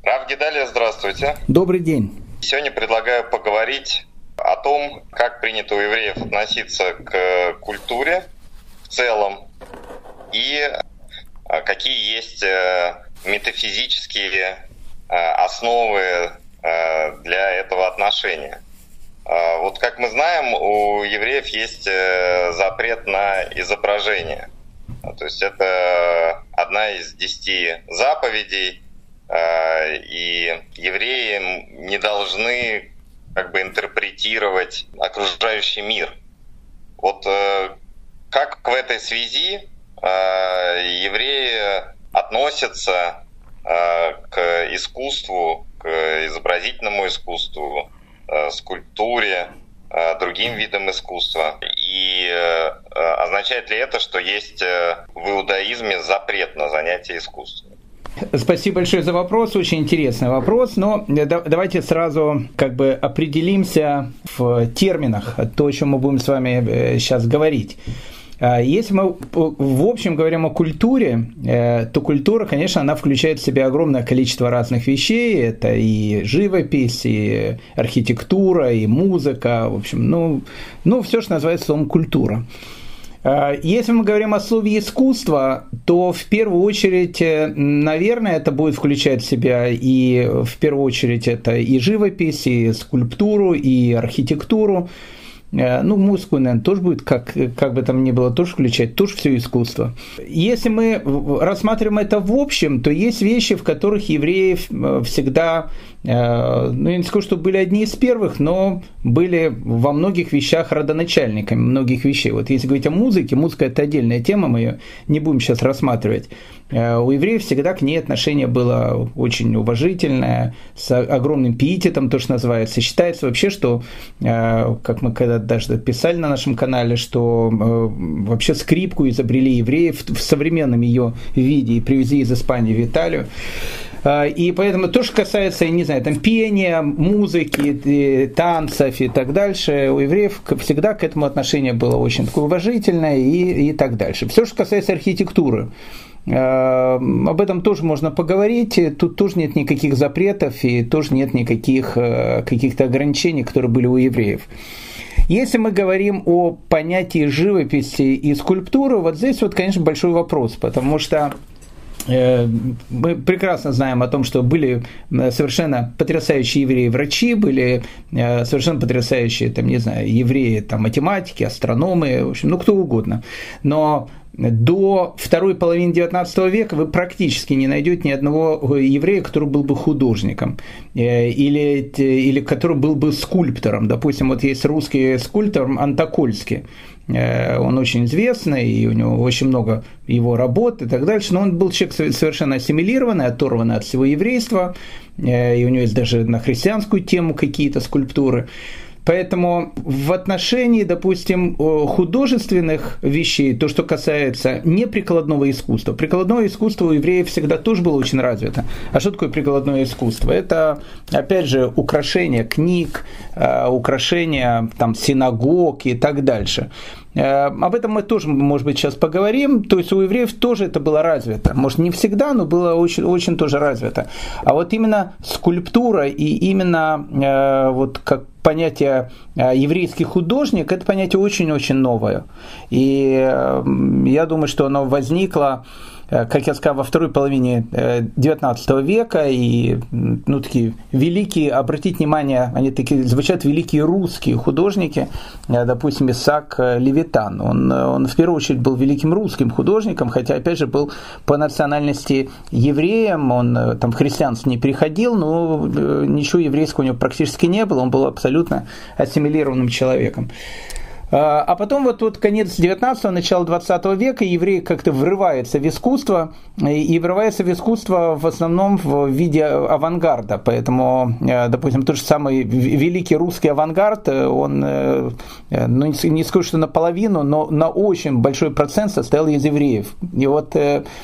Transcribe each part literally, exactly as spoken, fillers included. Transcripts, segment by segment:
Рав Гедалия, здравствуйте. Добрый день. Сегодня предлагаю поговорить о том, как принято у евреев относиться к культуре в целом и какие есть метафизические основы для этого отношения. Вот как мы знаем, у евреев есть запрет на изображение. То есть это одна из десяти заповедей, и евреи не должны как бы интерпретировать окружающий мир. Вот как в этой связи евреи относятся к искусству, к изобразительному искусству, скульптуре, другим видам искусства? И означает ли это, что есть в иудаизме запрет на занятие искусством? Спасибо большое за вопрос, очень интересный вопрос, но давайте сразу как бы определимся в терминах, то, о чем мы будем с вами сейчас говорить. Если мы в общем говорим о культуре, то культура, конечно, она включает в себя огромное количество разных вещей. Это и живопись, и архитектура, и музыка, в общем, ну, ну все, что называется словом культура. Если мы говорим о слове «искусство», то в первую очередь, наверное, это будет включать в себя и в первую очередь это и живопись, и скульптуру, и архитектуру. Ну, музыку, наверное, тоже будет, как, как бы там ни было, тоже включать, тоже все искусство. Если мы рассматриваем это в общем, то есть вещи, в которых евреи всегда, ну, я не скажу, что были одни из первых, но были во многих вещах родоначальниками многих вещей. Вот если говорить о музыке, музыка – это отдельная тема, мы ее не будем сейчас рассматривать. У евреев всегда к ней отношение было очень уважительное, с огромным пиететом, то, что называется. Считается вообще, что, как мы когда даже писали на нашем канале, что вообще скрипку изобрели евреи в современном ее виде и привезли из Испании в Италию. И поэтому то, что касается, не знаю, там пения, музыки, танцев и так дальше, у евреев всегда к этому отношение было очень такое уважительное и, и так дальше. Все, что касается архитектуры, об этом тоже можно поговорить, тут тоже нет никаких запретов и тоже нет никаких каких-то ограничений, которые были у евреев. Если мы говорим о понятии живописи и скульптуры, вот здесь вот, конечно, большой вопрос, потому что мы прекрасно знаем о том, что были совершенно потрясающие евреи-врачи, были совершенно потрясающие, там, не знаю, евреи, там, математики, астрономы, в общем, ну, кто угодно. Но до второй половины девятнадцатого века вы практически не найдете ни одного еврея, который был бы художником или, или который был бы скульптором. Допустим, вот есть русский скульптор Антокольский. Он очень известный, и у него очень много его работ и так дальше, но он был человек совершенно ассимилированный, оторванный от всего еврейства, и у него есть даже на христианскую тему какие-то скульптуры. Поэтому в отношении, допустим, художественных вещей, то, что касается неприкладного искусства, прикладное искусство у евреев всегда тоже было очень развито. А что такое прикладное искусство? Это, опять же, украшение книг, украшение там, синагог и так дальше. Об этом мы тоже, может быть, сейчас поговорим. То есть у евреев тоже это было развито. Может, не всегда, но было очень, очень тоже развито. А вот именно скульптура и именно вот как понятие еврейский художник, это понятие очень-очень новое. И я думаю, что оно возникло, как я сказал, во второй половине девятнадцатого века, и ну, такие великие, обратите внимание, они такие звучат, великие русские художники, допустим, Исаак Левитан, он, он в первую очередь был великим русским художником, хотя, опять же, был по национальности евреем, он там в христианство не приходил, но ничего еврейского у него практически не было, он был абсолютно ассимилированным человеком. А потом вот, вот конец девятнадцатого, начало двадцатого века еврей как-то врывается в искусство, и врывается в искусство в основном в виде авангарда. Поэтому, допустим, тот же самый великий русский авангард, он, ну, не скажу, что наполовину, но на очень большой процент состоял из евреев. И вот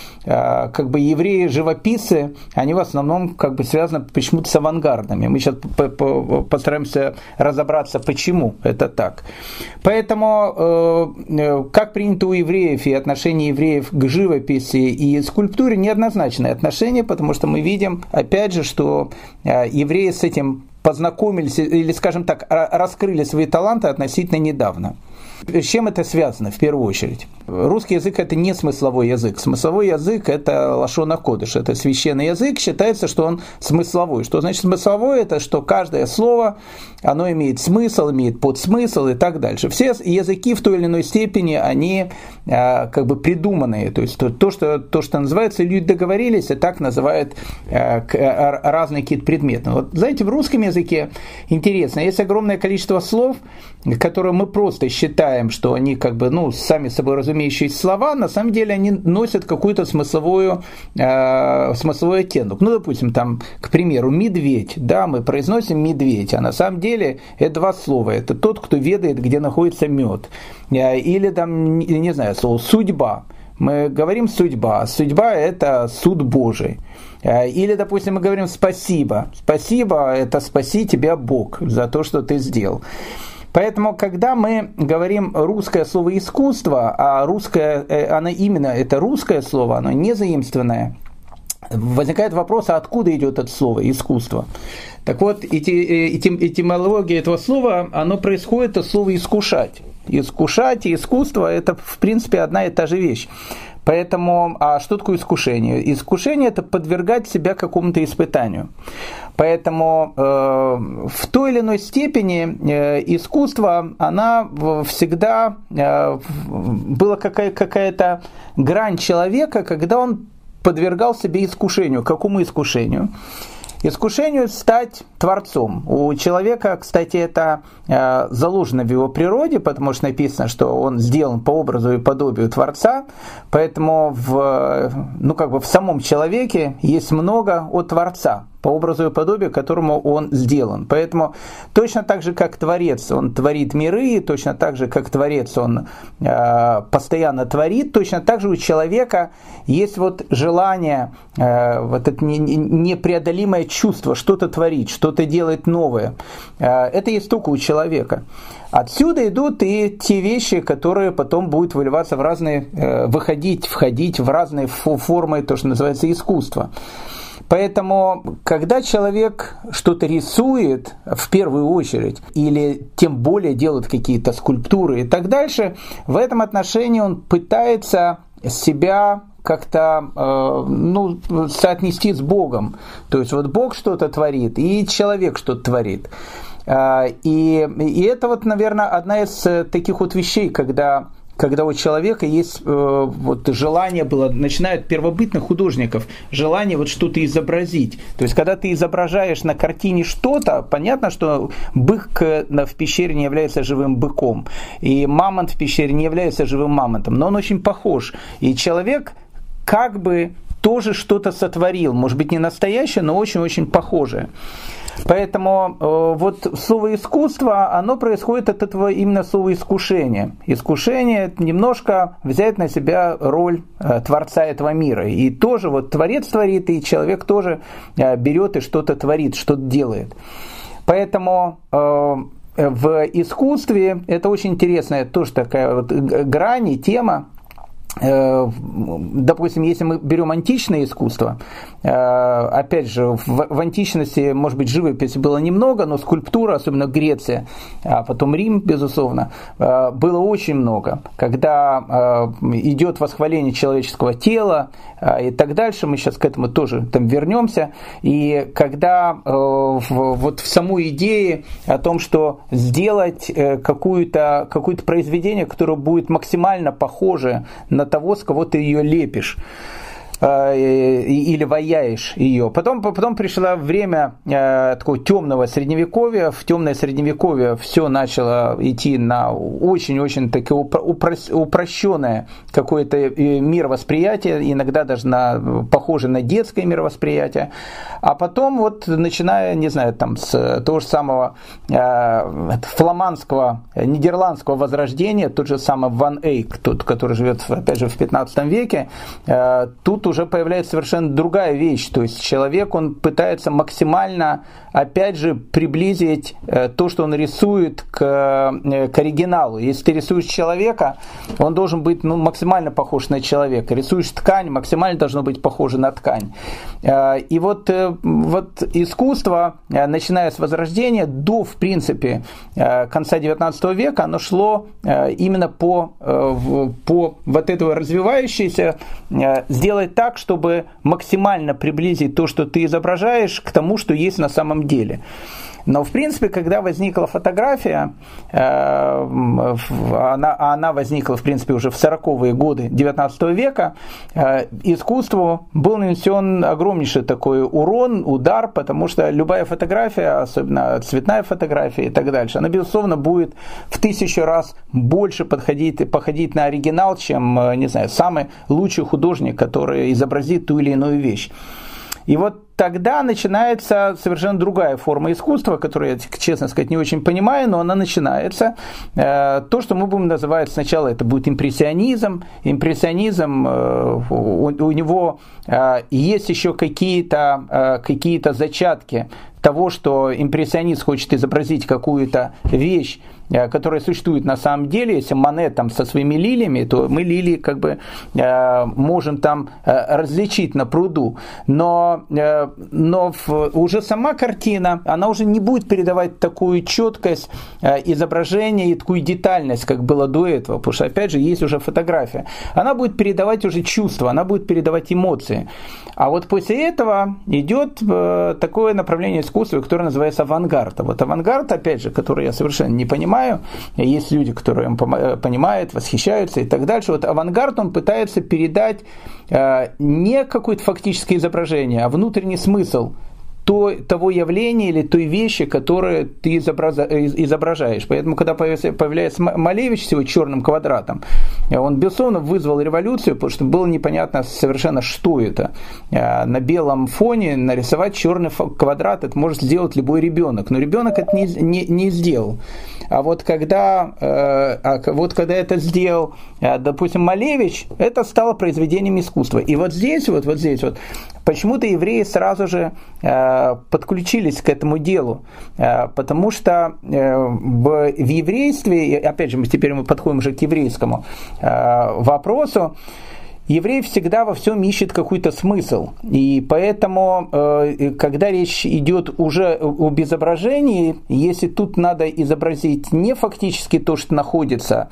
как бы евреи-живописцы, они в основном как бы связаны почему-то с авангардами. Мы сейчас постараемся разобраться, почему это так. Поэтому Поэтому, как принято у евреев, и отношение евреев к живописи и скульптуре неоднозначное отношение, потому что мы видим, опять же, что евреи с этим познакомились, или, скажем так, раскрыли свои таланты относительно недавно. С чем это связано, в первую очередь? Русский язык – это не смысловой язык. Смысловой язык – это лашон а-кодеш, это священный язык. Считается, что он смысловой. Что значит смысловой? Это что каждое слово, оно имеет смысл, имеет подсмысл и так дальше. Все языки в той или иной степени, они а, как бы придуманные. То есть то, что, то, что называется, люди договорились, и так называют а, разные какие-то предметы. Вот, знаете, в русском языке интересно, есть огромное количество слов, которые мы просто считаем, что они как бы, ну, сами собой разумеющиеся слова, на самом деле они носят какую-то смысловую, э, смысловой оттенок. Ну, допустим, там, к примеру, медведь, да, мы произносим медведь, а на самом деле это два слова, это тот, кто ведает, где находится мед. Или там, не знаю, слово судьба. Мы говорим судьба, судьба – это суд Божий. Или, допустим, мы говорим спасибо. Спасибо – это спаси тебя Бог за то, что ты сделал. Поэтому, когда мы говорим русское слово «искусство», а русское, оно именно это русское слово, оно не заимствованное, возникает вопрос, а откуда идет это слово «искусство»? Так вот, этимология этого слова, оно происходит от слова «искушать». Искушать и искусство – это, в принципе, одна и та же вещь. Поэтому, а что такое искушение? Искушение – это подвергать себя какому-то испытанию. Поэтому э, в той или иной степени э, искусство, она всегда э, была какая- какая-то грань человека, когда он подвергал себе искушению. Какому искушению? Искушению стать творцом. У человека, кстати, это э, заложено в его природе, потому что написано, что он сделан по образу и подобию Творца, поэтому в, ну, как бы в самом человеке есть много от Творца, по образу и подобию, которому он сделан. Поэтому точно так же, как Творец, он творит миры, точно так же, как Творец, он э, постоянно творит, точно так же у человека есть вот желание, э, вот это непреодолимое чувство что-то творить, что-то делать новое. Э, это есть только у человека. Отсюда идут и те вещи, которые потом будут выливаться в разные, э, выходить, входить в разные формы, то, что называется искусство. Поэтому, когда человек что-то рисует, в первую очередь, или тем более делает какие-то скульптуры и так дальше, в этом отношении он пытается себя как-то э, ну, соотнести с Богом. То есть вот Бог что-то творит, и человек что-то творит. Э, и, и это вот, наверное, одна из таких вот вещей, когда... когда у человека есть э, вот, желание было, начиная от первобытных художников, желание вот что-то изобразить. То есть, когда ты изображаешь на картине что-то, понятно, что бык в пещере не является живым быком, и мамонт в пещере не является живым мамонтом, но он очень похож. И человек как бы тоже что-то сотворил, может быть, не настоящее, но очень-очень похожее. Поэтому э, вот слово «искусство», оно происходит от этого именно слова «искушение». Искушение – немножко взять на себя роль э, творца этого мира. И тоже вот творец творит, и человек тоже э, берет и что-то творит, что-то делает. Поэтому э, в искусстве это очень интересная тоже такая вот грань и тема. Допустим, если мы берем античное искусство, опять же, в, в античности, может быть, живописи было немного, но скульптура, особенно Греция, а потом Рим, безусловно, было очень много. Когда идет восхваление человеческого тела и так дальше, мы сейчас к этому тоже там вернемся, и когда вот в самой идее о том, что сделать какую-то, какое-то произведение, которое будет максимально похоже на того, с кого ты ее лепишь или ваяешь ее. Потом, потом пришло время э, такого темного средневековья. В темное средневековье все начало идти на очень-очень такое упро- упрощенное какое-то мировосприятие, иногда даже на похоже на детское мировосприятие. А потом вот, начиная, не знаю, там с того же самого э, фламандского, нидерландского возрождения, тот же самый Ван Эйк, тот, который живет, опять же, в пятнадцатом веке, э, тут уже появляется совершенно другая вещь. То есть человек, он пытается максимально, опять же, приблизить э, то, что он рисует, к, э, к оригиналу. Если ты рисуешь человека, он должен быть, ну, максимально похож на человека. Рисуешь ткань, максимально должно быть похоже на ткань. Э, и вот, э, вот искусство, э, начиная с Возрождения до, в принципе, э, конца девятнадцатого века, оно шло э, именно по, э, по вот этого развивающейся, э, сделать так, чтобы максимально приблизить то, что ты изображаешь, к тому, что есть на самом деле. Но, в принципе, когда возникла фотография, она, она возникла, в принципе, уже в сороковые годы девятнадцатого века, искусству был нанесен огромнейший такой урон, удар, потому что любая фотография, особенно цветная фотография и так дальше, она, безусловно, будет в тысячу раз больше подходить, походить на оригинал, чем, не знаю, самый лучший художник, который изобразит ту или иную вещь. И вот тогда начинается совершенно другая форма искусства, которую я, честно сказать, не очень понимаю, но она начинается. То, что мы будем называть сначала, это будет импрессионизм. Импрессионизм, у него есть еще какие-то, какие-то зачатки того, что импрессионист хочет изобразить какую-то вещь, которая существует на самом деле. Если Мане там со своими лилиями, то мы лилии как бы э, можем там э, различить на пруду. Но, э, но в, уже сама картина, она уже не будет передавать такую четкость э, изображения и такую детальность, как было до этого. Потому что, опять же, есть уже фотография. Она будет передавать уже чувства, она будет передавать эмоции. А вот после этого идет э, такое направление искусства, которое называется авангард. А вот авангард, опять же, который я совершенно не понимаю, есть люди, которые понимают, восхищаются и так дальше. Вот авангард, он пытается передать э, не какое-то фактическое изображение, а внутренний смысл той, того явления или той вещи, которую ты изображаешь. Поэтому, когда появляется, появляется Малевич с его черным квадратом, он, безусловно, вызвал революцию, потому что было непонятно совершенно, что это. На белом фоне нарисовать черный квадрат, это может сделать любой ребенок, но ребенок это не, не, не сделал. А вот когда, а вот когда это сделал, допустим, Малевич, это стало произведением искусства. И вот здесь, вот, вот здесь вот, почему-то евреи сразу же подключились к этому делу, потому что в, в еврействе, опять же, мы теперь мы подходим уже к еврейскому вопросу, еврей всегда во всем ищет какой-то смысл. И поэтому, когда речь идет уже об изображении, если тут надо изобразить не фактически то, что находится,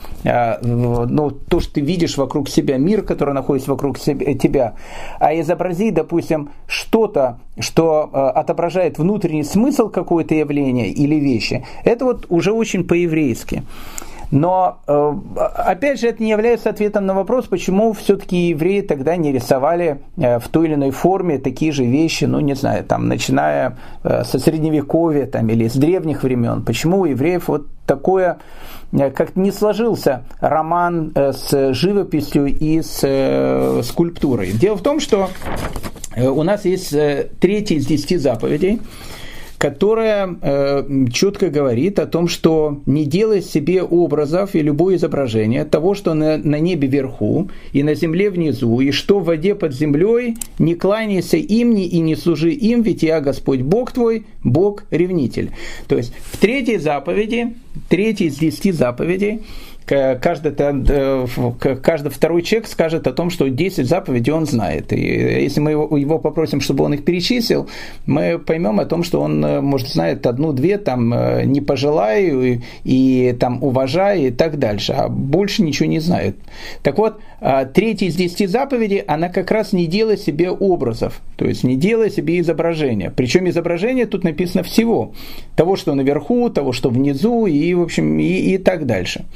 ну, то, что ты видишь вокруг себя, мир, который находится вокруг тебя, а изобразить, допустим, что-то, что отображает внутренний смысл какого-то явления или вещи, это вот уже очень по-еврейски. Но, опять же, это не является ответом на вопрос, почему все-таки евреи тогда не рисовали в той или иной форме такие же вещи, ну, не знаю, там, начиная со Средневековья там, или с древних времен. Почему у евреев вот такое, как-то не сложился роман с живописью и с скульптурой. Дело в том, что у нас есть третья из десяти заповедей, которая э, четко говорит о том, что не делай себе образов и любое изображение того, что на, на небе вверху и на земле внизу, и что в воде под землей, не кланяйся им и не служи им, ведь я Господь Бог твой, Бог-ревнитель. То есть в третьей заповеди, третьей из десяти заповедей, Каждый, каждый второй человек скажет о том, что десять заповедей он знает. И если мы его, его попросим, чтобы он их перечислил, мы поймем о том, что он, может, знает одну-две, там, не пожелай, и, и там, уважай, и так дальше. А больше ничего не знает. Так вот, третья из десяти заповедей, она как раз не делай себе образов. То есть, не делай себе изображения. Причем изображение тут написано всего. Того, что наверху, того, что внизу, и, в общем, и, и так дальше.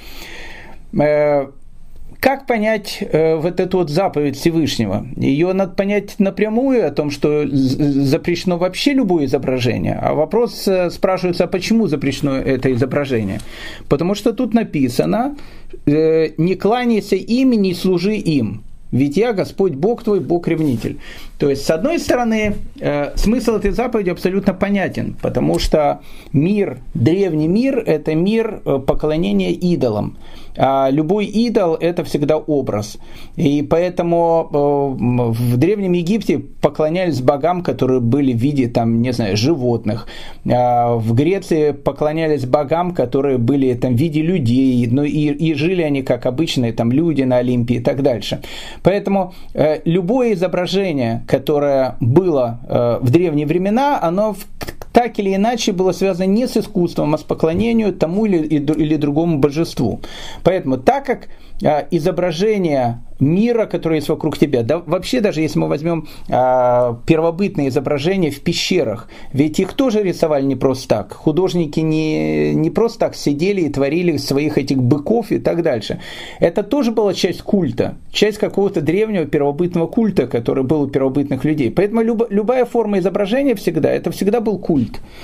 Как понять э, вот эту вот заповедь Всевышнего? Ее надо понять напрямую, о том, что запрещено вообще любое изображение. А вопрос э, спрашивается, а почему запрещено это изображение? Потому что тут написано, э, не кланяйся им, не служи им. ведь я Господь Бог твой, Бог-ревнитель. То есть, с одной стороны, э, смысл этой заповеди абсолютно понятен, потому что мир, древний мир, это мир поклонения идолам. А любой идол – это всегда образ. И поэтому э, в Древнем Египте поклонялись богам, которые были в виде, там, не знаю, животных. А в Греции поклонялись богам, которые были там, в виде людей, ну, и, и жили они как обычные там, люди на Олимпе и так дальше. Поэтому э, любое изображение, которое было э, в древние времена, оно в так или иначе было связано не с искусством, а с поклонением тому или, или другому божеству. Поэтому, так как э, изображение мира, который есть вокруг тебя, да вообще даже если мы возьмем э, первобытные изображения в пещерах, ведь их тоже рисовали не просто так. Художники не, не просто так сидели и творили своих этих быков и так дальше. Это тоже была часть культа, часть какого-то древнего первобытного культа, который был у первобытных людей. Поэтому люб, любая форма изображения всегда, это всегда был культ.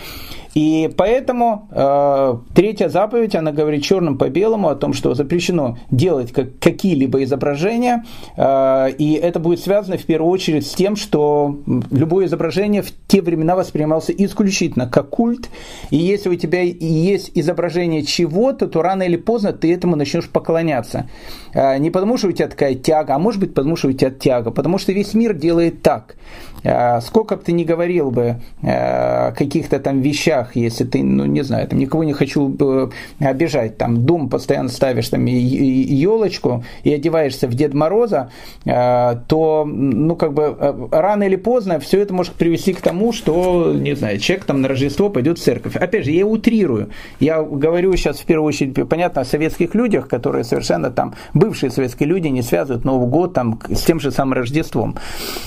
И поэтому э, третья заповедь, она говорит черным по белому о том, что запрещено делать как, какие-либо изображения, э, и это будет связано в первую очередь с тем, что любое изображение в те времена воспринималось исключительно как культ, и если у тебя есть изображение чего-то, то рано или поздно ты этому начнешь поклоняться. Э, не потому, что у тебя такая тяга, а может быть потому, что у тебя тяга, потому что весь мир делает так. Э, сколько бы ты ни говорил бы э, о каких-то там вещах, если ты, ну, не знаю, там, никого не хочу э, обижать, там, дом постоянно ставишь там елочку и одеваешься в Деда Мороза, э, то, ну, как бы, э, рано или поздно все это может привести к тому, что, не знаю, человек там на Рождество пойдет в церковь. Опять же, я утрирую. Я говорю сейчас в первую очередь, понятно, о советских людях, которые совершенно там, бывшие советские люди, не связывают Новый год там с тем же самым Рождеством.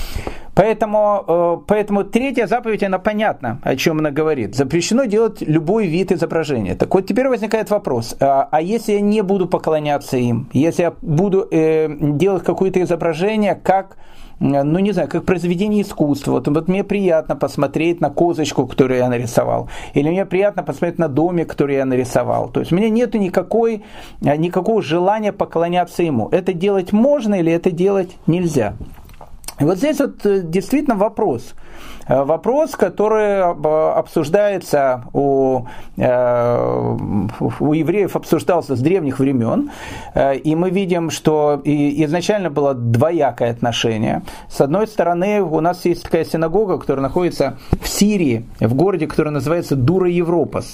Поэтому, поэтому третья заповедь, она понятна, о чем она говорит. Запрещено делать любой вид изображения. Так вот, теперь возникает вопрос, а если я не буду поклоняться им, если я буду э, делать какое-то изображение, как, ну не знаю, как произведение искусства, вот, вот мне приятно посмотреть на козочку, которую я нарисовал, или мне приятно посмотреть на домик, который я нарисовал. То есть у меня нет никакой, никакого желания поклоняться ему. Это делать можно или это делать нельзя? И вот здесь вот действительно вопрос. Вопрос, который обсуждается у, у евреев, обсуждался с древних времен. И мы видим, что изначально было двоякое отношение. С одной стороны, у нас есть такая синагога, которая находится в Сирии, в городе, который называется Дура Европас.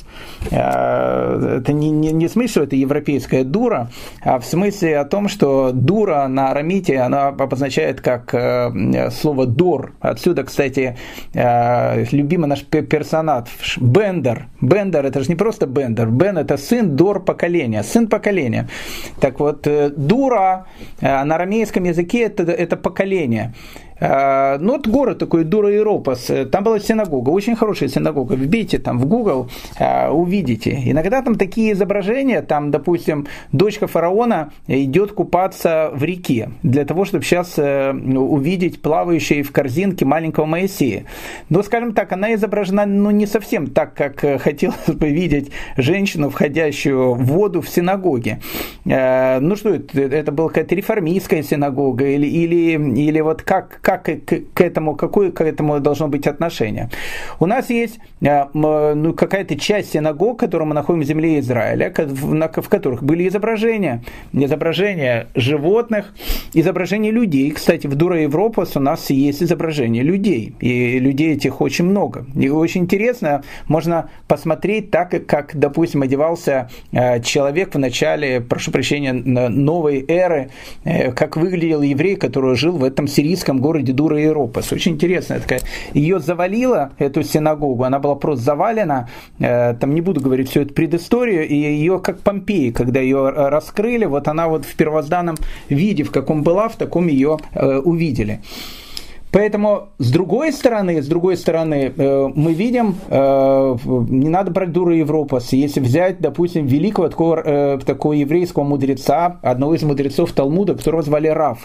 Это не, не, не в смысле, что это европейская дура, а в смысле о том, что дура на арамите, она обозначает как слово дор. Отсюда, кстати, любимый наш персонаж Бендер. Бендер — это же не просто Бендер. Бен — это сын, Дор — поколения, сын поколения. Так вот, дура на арамейском языке это, это поколение. Ну, вот город такой, Дура Европас, там была синагога, очень хорошая синагога, вбейте там в Google, увидите. Иногда там такие изображения, там, допустим, дочка фараона идет купаться в реке, для того, чтобы сейчас увидеть плавающей в корзинке маленького Моисея. Но, скажем так, она изображена, ну, не совсем так, как хотелось бы видеть женщину, входящую в воду в синагоге. Ну, что это, это была какая-то реформистская синагога, или, или, или вот как как к, к этому, какое к этому должно быть отношение. У нас есть ну, какая-то часть синагог, которую мы находим в земле Израиля, в которых были изображения, изображения животных, изображения людей. Кстати, в Дура Европас у нас есть изображения людей, и людей этих очень много. И очень интересно, можно посмотреть так, как, допустим, одевался человек в начале, прошу прощения, новой эры, как выглядел еврей, который жил в этом сирийском городе Дура Европас. Очень интересная такая. Ее завалило, эту синагогу, она была просто завалена, там не буду говорить всю эту предысторию, и ее как Помпеи, когда ее раскрыли, вот она вот в первозданном виде, в каком была, в таком ее увидели. Поэтому, с другой стороны, с другой стороны, мы видим, не надо брать Дура Европас. Если взять, допустим, великого такого, такого еврейского мудреца, одного из мудрецов Талмуда, которого звали Рав.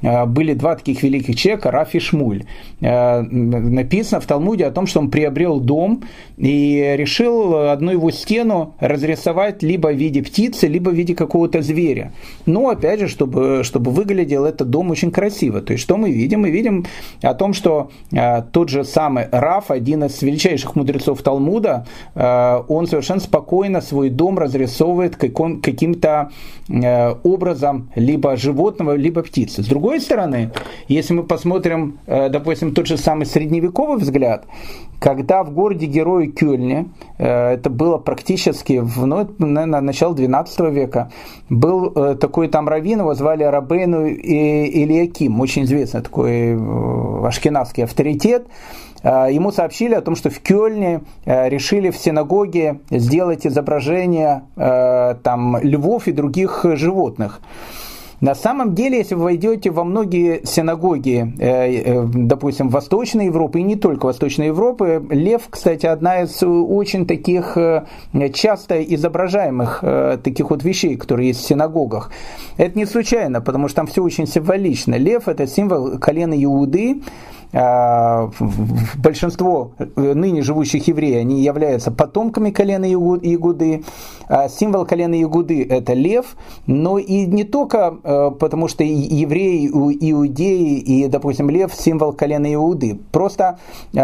были два таких великих человека, Раф и Шмуль. Написано в Талмуде о том, что он приобрел дом и решил одну его стену разрисовать либо в виде птицы, либо в виде какого-то зверя. Но, опять же, чтобы, чтобы выглядел этот дом очень красиво. То есть, что мы видим? Мы видим о том, что тот же самый Раф, один из величайших мудрецов Талмуда, он совершенно спокойно свой дом разрисовывает каким-то образом либо животного, либо птицы. С другой стороны, если мы посмотрим, допустим, тот же самый средневековый взгляд, когда в городе-герое Кёльне, это было практически в, ну, наверное, начало двенадцатого века, был такой там раввин, его звали Рабейну Элиаким, очень известный такой ашкеназский авторитет. Ему сообщили о том, что в Кёльне решили в синагоге сделать изображение там, львов и других животных. На самом деле, если вы войдете во многие синагоги, допустим, Восточной Европы, и не только Восточной Европы, лев, кстати, одна из очень таких часто изображаемых таких вот вещей, которые есть в синагогах. Это не случайно, потому что там все очень символично. Лев – это символ колена Иуды. Большинство ныне живущих евреев, они являются потомками колена Иуды. Символ колена Иуды – это лев, но и не только потому, что евреи, иудеи и, допустим, лев – символ колена Иуды. Просто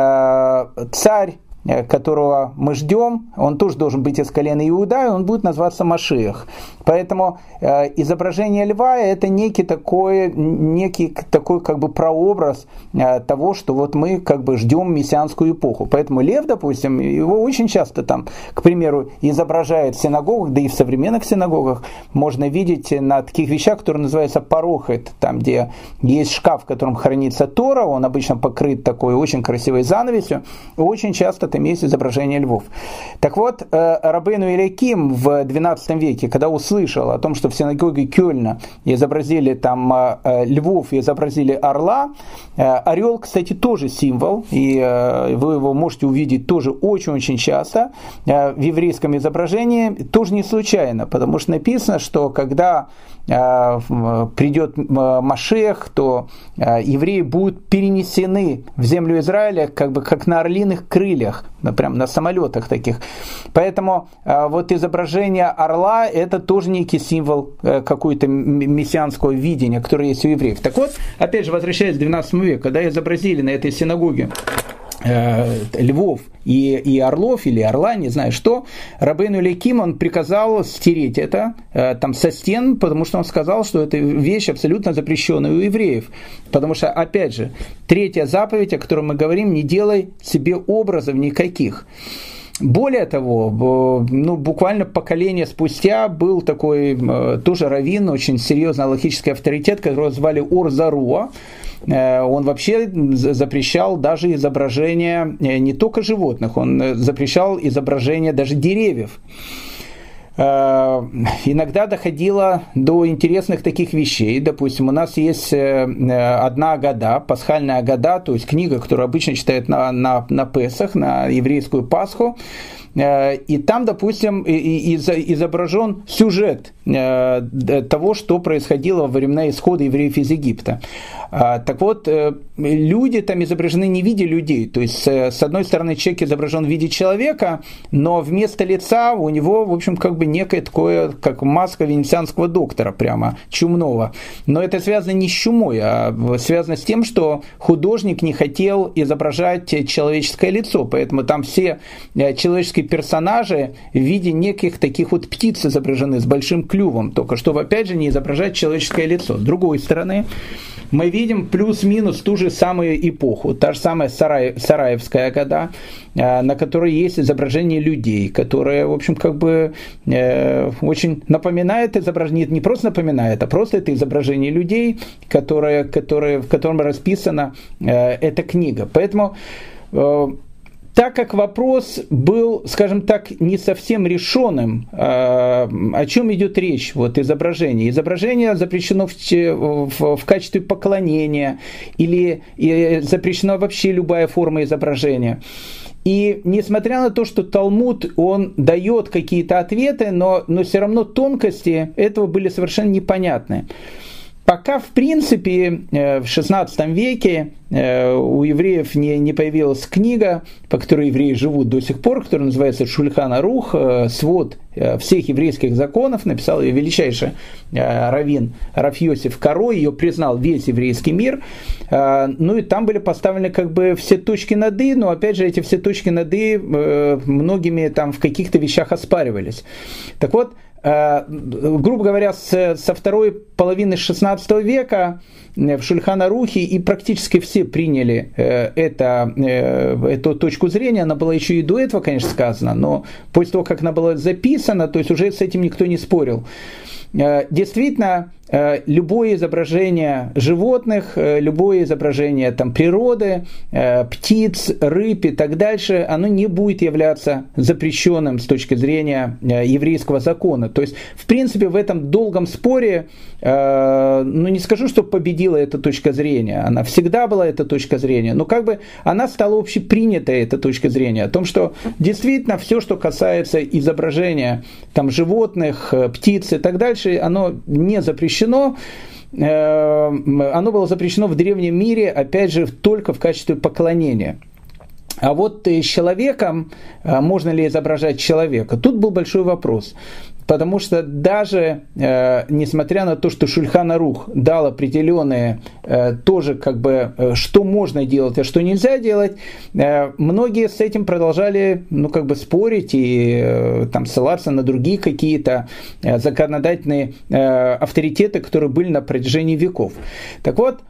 царь, которого мы ждем, он тоже должен быть из колена Иуда, и он будет называться Машиах. Поэтому э, изображение льва – это некий такой, некий такой как бы прообраз э, того, что вот мы как бы ждем мессианскую эпоху. Поэтому лев, допустим, его очень часто там, к примеру, изображают в синагогах, да и в современных синагогах можно видеть на таких вещах, которые называются парохет, там, где есть шкаф, в котором хранится Тора, он обычно покрыт такой очень красивой занавесью, и очень часто там есть изображение львов. Так вот, э, Рабейну Элиаким в двенадцатом веке, когда услышал о том, что в синагоге Кёльна изобразили там э, львов и изобразили орла, э, орел, кстати, тоже символ, и э, вы его можете увидеть тоже очень-очень часто э, в еврейском изображении, тоже не случайно, потому что написано, что когда э, придет Машиах, то э, евреи будут перенесены в землю Израиля как бы как на орлиных крыльях, прям на самолетах таких. Поэтому э, вот изображение орла – это тоже некий символ э, какой-то мессианского видения, которое есть у евреев. Так вот, опять же, возвращаясь к двенадцатому веку, когда изобразили на этой синагоге э, львов и, и орлов, или орла, не знаю что, Рабейну Элиаким, он приказал стереть это э, там со стен, потому что он сказал, что это вещь абсолютно запрещенная у евреев. Потому что, опять же, третья заповедь, о которой мы говорим, не делай себе образов никаких. Более того, ну, буквально поколение спустя был такой тоже раввин, очень серьезный алахический авторитет, которого звали Ор Заруа. Он вообще запрещал даже изображение не только животных, он запрещал изображение даже деревьев. Иногда доходило до интересных таких вещей. Допустим, у нас есть одна агада, пасхальная агада, то есть книга, которую обычно читают на, на, на Песах, на еврейскую Пасху. И там, допустим, изображен сюжет того, что происходило во времена исхода евреев из Египта. Так вот, люди там изображены не в виде людей, то есть с одной стороны человек изображен в виде человека, но вместо лица у него, в общем, как бы некое такое, как маска венецианского доктора, прямо чумного. Но это связано не с чумой, а связано с тем, что художник не хотел изображать человеческое лицо, поэтому там все человеческие персонажи в виде неких таких вот птиц изображены с большим клювом, только чтобы, опять же, не изображать человеческое лицо. С другой стороны, мы видим плюс-минус ту же самую эпоху, та же самая Сарай, Сараевская агада, на которой есть изображение людей, которое, в общем, как бы э, очень напоминает изображение, не просто напоминает, а просто это изображение людей, которое, которое, в котором расписана э, эта книга. Поэтому э, так как вопрос был, скажем так, не совсем решенным, о чем идет речь, вот изображение. Изображение запрещено в, в, в качестве поклонения или запрещена вообще любая форма изображения. И несмотря на то, что Талмуд, он дает какие-то ответы, но, но все равно тонкости этого были совершенно непонятны. Пока пока, в принципе, в шестнадцатом веке у евреев не, не появилась книга, по которой евреи живут до сих пор, которая называется Шульхан Арух, свод всех еврейских законов, написал ее величайший раввин Рав Йосеф Каро, ее признал весь еврейский мир. Ну и там были поставлены как бы все точки над «и», но опять же эти все точки над «и» многими там в каких-то вещах оспаривались. Так вот, грубо говоря, с, со второй половины шестнадцатого века в Шульхан Арухе и практически все приняли это, эту точку зрения. Она была еще и до этого, конечно, сказана, но после того, как она была записана, то есть уже с этим никто не спорил. Действительно, любое изображение животных, любое изображение там, природы, птиц, рыб и так дальше, оно не будет являться запрещенным с точки зрения еврейского закона. То есть, в принципе, в этом долгом споре, ну не скажу, что победила эта точка зрения, она всегда была эта точка зрения, но как бы она стала общепринятой, эта точка зрения, о том, что действительно все, что касается изображения там, животных, птиц и так дальше, оно не запрещено. Оно было запрещено в древнем мире, опять же, только в качестве поклонения. А вот с человеком, можно ли изображать человека? Тут был большой вопрос. Потому что даже, э, несмотря на то, что Шульхан Арух дал определенные э, тоже, как бы, э, что можно делать, а что нельзя делать, э, многие с этим продолжали, ну, как бы спорить и э, там ссылаться на другие какие-то э, законодательные э, авторитеты, которые были на протяжении веков. Так вот,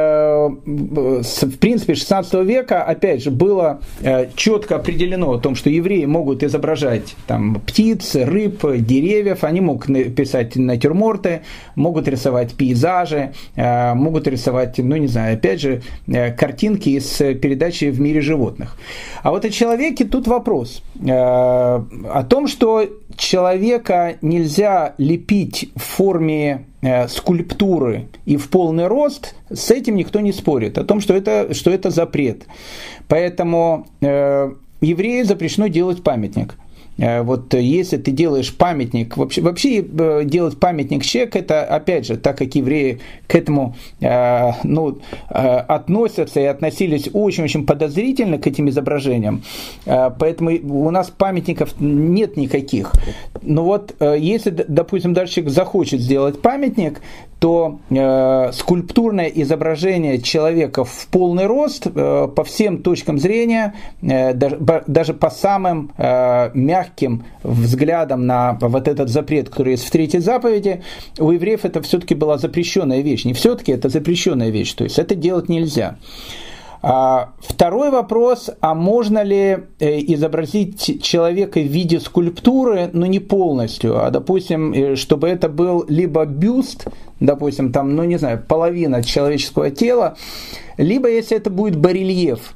в принципе, шестнадцатого века, опять же, было четко определено о том, что евреи могут изображать там, птиц, рыб, деревьев, они могут писать натюрморты, могут рисовать пейзажи, могут рисовать, ну не знаю, опять же, картинки из передачи «В мире животных». А вот о человеке тут вопрос. О том, что человека нельзя лепить в форме скульптуры и в полный рост, с этим никто не спорит, о том, что это, что это запрет. Поэтому э, еврею запрещено делать памятник. Вот если ты делаешь памятник, вообще, вообще делать памятник человеку, это, опять же, так как евреи к этому э, ну, э, относятся и относились очень-очень подозрительно к этим изображениям, э, поэтому у нас памятников нет никаких. Но вот э, если, допустим, даже человек захочет сделать памятник, то э, скульптурное изображение человека в полный рост э, по всем точкам зрения, э, даже, даже по самым э, мягким взглядам на вот этот запрет, который есть в третьей заповеди, у евреев это все-таки была запрещенная вещь. Не все-таки, это запрещенная вещь, то есть это делать нельзя. Второй вопрос, а можно ли изобразить человека в виде скульптуры, но не полностью, а, допустим, чтобы это был либо бюст, допустим, там, ну не знаю, половина человеческого тела, либо если это будет барельеф.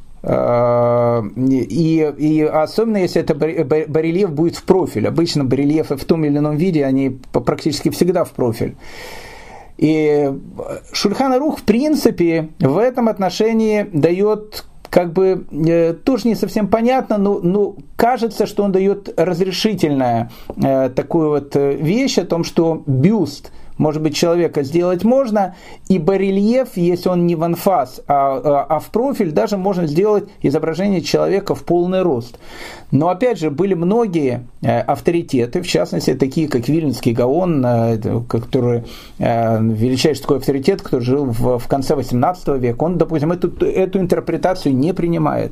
И, и особенно если это барельеф будет в профиль. Обычно барельефы в том или ином виде, они практически всегда в профиль. И Шульхан Арух, в принципе, в этом отношении дает, как бы, э, тоже не совсем понятно, но, но кажется, что он дает разрешительное э, такую вот вещь о том, что бюст, может быть, человека сделать можно, и барельеф, если он не в анфас, а, а в профиль, даже можно сделать изображение человека в полный рост. Но, опять же, были многие авторитеты, в частности, такие, как Вильнюсский Гаон, который, величайший такой авторитет, который жил в, в конце восемнадцатого века, он, допустим, эту, эту интерпретацию не принимает.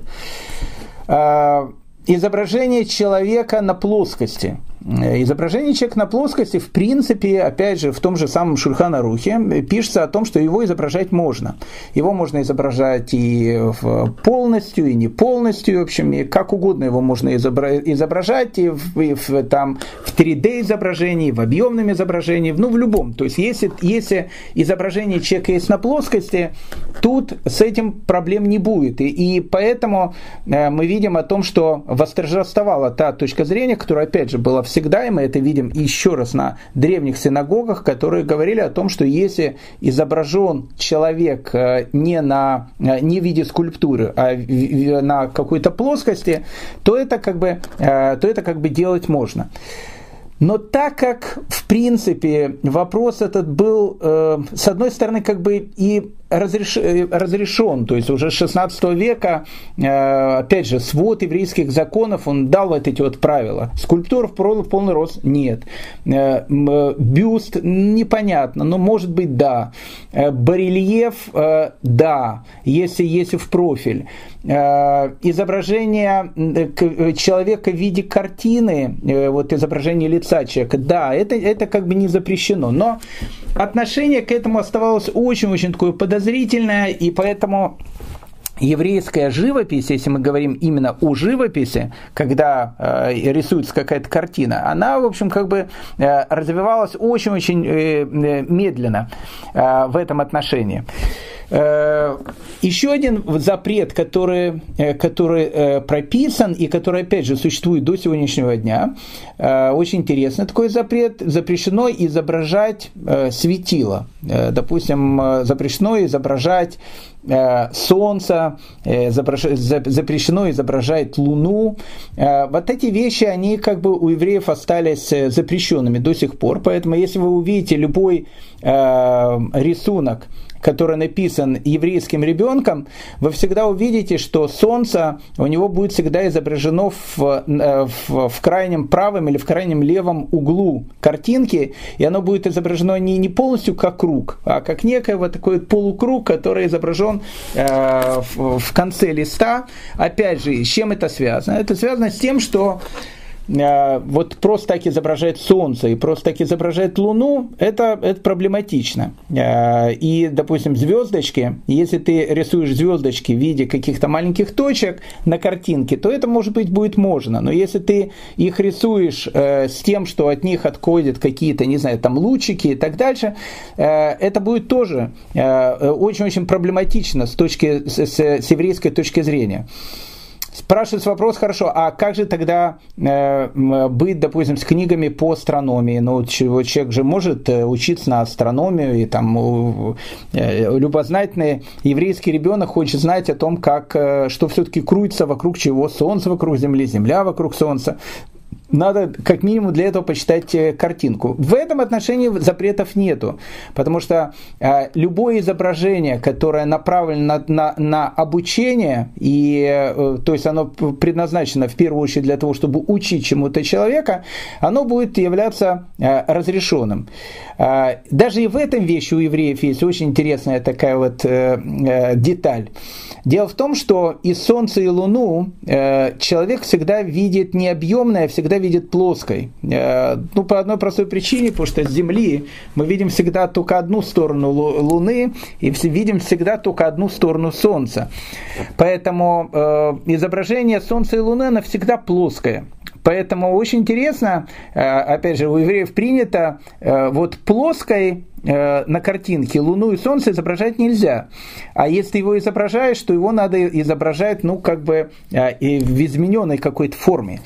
Изображение человека на плоскости. Изображение человека на плоскости, в принципе, опять же, в том же самом Шульхан Арухе пишется о том, что его изображать можно. Его можно изображать и полностью, и не полностью, в общем, и как угодно его можно изображать, и в, и в, там, в три дэ изображении, в объемном изображении, ну, в любом. То есть, если, если изображение человека есть на плоскости, тут с этим проблем не будет. И, и поэтому э, мы видим о том, что восторжествовала та точка зрения, которая, опять же, была всегда, и мы это видим еще раз на древних синагогах, которые говорили о том, что если изображен человек не, на, не в виде скульптуры, а на какой-то плоскости, то это как бы, то это как бы делать можно. Но так как, в принципе, вопрос этот был, э, с одной стороны, как бы и разреш... разрешен, то есть уже с шестнадцатого века, э, опять же, свод еврейских законов, он дал вот эти вот правила. Скульптур в полный рост нет. Э, бюст непонятно, но может быть да. Э, барельеф э, да, если, если в профиль. Э, изображение человека в виде картины, э, вот изображение лица человека, да, это, это как бы не запрещено, но отношение к этому оставалось очень-очень такое подозрительное, и поэтому еврейская живопись, если мы говорим именно о живописи, когда э, рисуется какая-то картина, она, в общем, как бы э, развивалась очень-очень э, медленно э, в этом отношении. Еще один запрет, который, который прописан и который, опять же, существует до сегодняшнего дня, очень интересный такой запрет. Запрещено изображать светило. Допустим, запрещено изображать солнце, запрещено изображать луну. Вот эти вещи, они как бы у евреев остались запрещенными до сих пор. Поэтому, если вы увидите любой рисунок, который написан еврейским ребенком, вы всегда увидите, что солнце у него будет всегда изображено в, в, в крайнем правом или в крайнем левом углу картинки, и оно будет изображено не, не полностью как круг, а как некий вот такой вот полукруг, который изображен э, в, в конце листа. Опять же, с чем это связано? Это связано с тем, что вот просто так изображать солнце и просто так изображать луну, это, это проблематично. И, допустим, звездочки, если ты рисуешь звездочки в виде каких-то маленьких точек на картинке, то это, может быть, будет можно. Но если ты их рисуешь с тем, что от них отходят какие-то, не знаю, там лучики и так дальше, это будет тоже очень-очень проблематично с, точки, с, с еврейской точки зрения. Спрашивается вопрос, хорошо, а как же тогда э, быть, допустим, с книгами по астрономии? Ну, человек же может учиться на астрономию, и там э, любознательный еврейский ребенок хочет знать о том, как, э, что все-таки крутится вокруг чего: Солнце вокруг Земли, Земля вокруг Солнца. Надо как минимум для этого почитать картинку. В этом отношении запретов нету, потому что э, любое изображение, которое направлено на, на, на обучение, и, э, то есть оно предназначено в первую очередь для того, чтобы учить чему-то человека, оно будет являться э, разрешенным. Э, даже и в этом вещи у евреев есть очень интересная такая вот э, э, деталь. Дело в том, что и Солнце, и Луну э, человек всегда видит не объемное, а всегда видит плоской. Э, ну, по одной простой причине, потому что с Земли мы видим всегда только одну сторону Луны и видим всегда только одну сторону Солнца. Поэтому э, изображение Солнца и Луны, оно всегда плоское. Поэтому очень интересно, э, опять же, у евреев принято э, вот плоской на картинке Луну и Солнце изображать нельзя. А если ты его изображаешь, то его надо изображать, ну, как бы в измененной какой-то форме.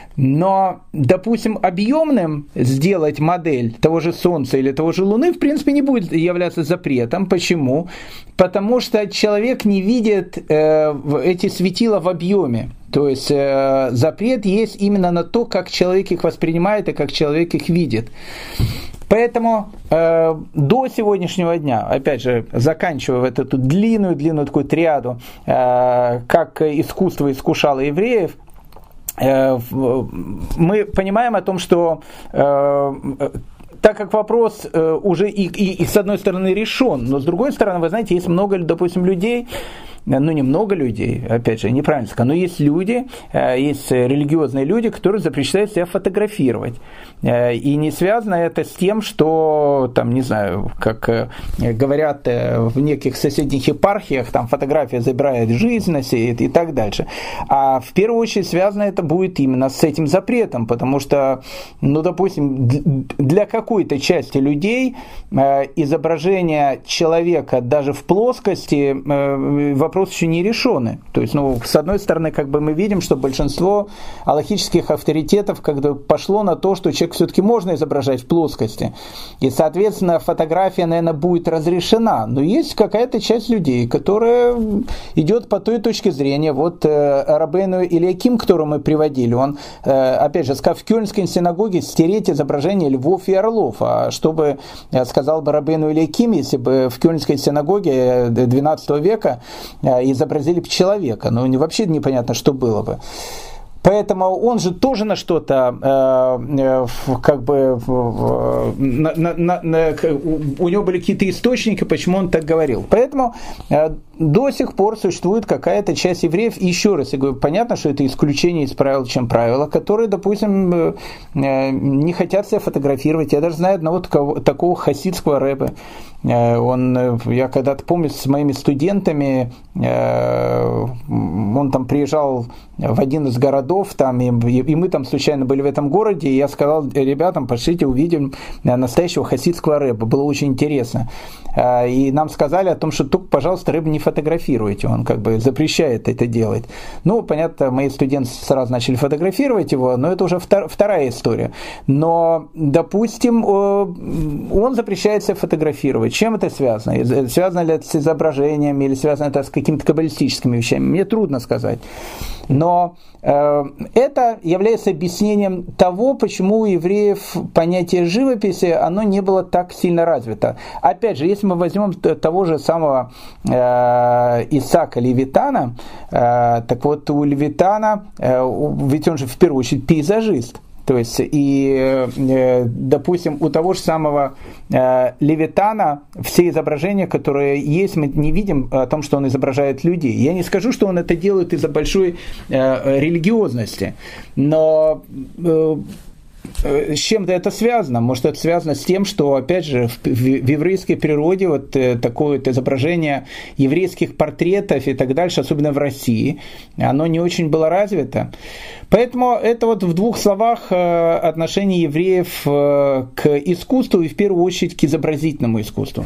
Но, допустим, объемным сделать модель того же Солнца или того же Луны, в принципе, не будет являться запретом. Почему? Потому что человек не видит э, эти светила в объеме. То есть э, запрет есть именно на то, как человек их воспринимает и как человек их видит. Поэтому э, до сегодняшнего дня, опять же, заканчивая вот эту длинную-длинную такую триаду, э, как искусство искушало евреев, э, мы понимаем о том, что э, так как вопрос э, уже и, и, и с одной стороны решен, но с другой стороны, вы знаете, есть много, допустим, людей, ну, не много людей, опять же, неправильно сказать, но есть люди, есть религиозные люди, которые запрещают себя фотографировать. И не связано это с тем, что, там, не знаю, как говорят в неких соседних епархиях, там фотография забирает жизнь и так дальше. А в первую очередь связано это будет именно с этим запретом, потому что, ну, допустим, для какой-то части людей изображение человека даже в плоскости в вопросы еще не решены. То есть, ну, с одной стороны, как бы мы видим, что большинство алахических авторитетов как бы пошло на то, что человек все-таки можно изображать в плоскости. И, соответственно, фотография, наверное, будет разрешена. Но есть какая-то часть людей, которая идет по той точке зрения. Вот э, Рабейну Элиаким, которого мы приводили, он, э, опять же, сказал в Кёльнской синагоге стереть изображение львов и орлов. А что бы сказал бы Рабейну Элиаким, если бы в Кёльнской синагоге двенадцатого века изобразили бы человека? Ну, вообще непонятно, что было бы. Поэтому он же тоже на что-то, э, э, как бы, э, на, на, на, у него были какие-то источники, почему он так говорил. Поэтому э, до сих пор существует какая-то часть евреев, и еще раз я говорю, понятно, что это исключение из правил, чем правило, которые, допустим, э, э, не хотят себя фотографировать. Я даже знаю одного такого, такого хасидского рэбе. Э, он, я когда-то помню, с моими студентами, э, он там приезжал в один из городов, там, и, и мы там случайно были в этом городе, и я сказал ребятам, пошлите, увидим настоящего хасидского рэба. Было очень интересно. И нам сказали о том, что только, пожалуйста, рэба не фотографируйте, он как бы запрещает это делать. Ну, понятно, мои студенты сразу начали фотографировать его, но это уже втор- вторая история. Но, допустим, он запрещает себя фотографировать. Чем это связано? Связано ли это с изображением или связано это с какими-то каббалистическими вещами? Мне трудно сказать. Но э, это является объяснением того, почему у евреев понятие живописи, оно не было так сильно развито. Опять же, если мы возьмем того же самого э, Исаака Левитана, э, так вот у Левитана, э, ведь он же в первую очередь пейзажист. То есть, и, допустим, у того же самого Левитана все изображения, которые есть, мы не видим о том, что он изображает людей. Я не скажу, что он это делает из-за большой религиозности, но с чем-то это связано. Может, это связано с тем, что, опять же, в, в, в еврейской природе вот такое вот изображение еврейских портретов и так дальше, особенно в России, оно не очень было развито. Поэтому это вот в двух словах отношение евреев к искусству и в первую очередь к изобразительному искусству.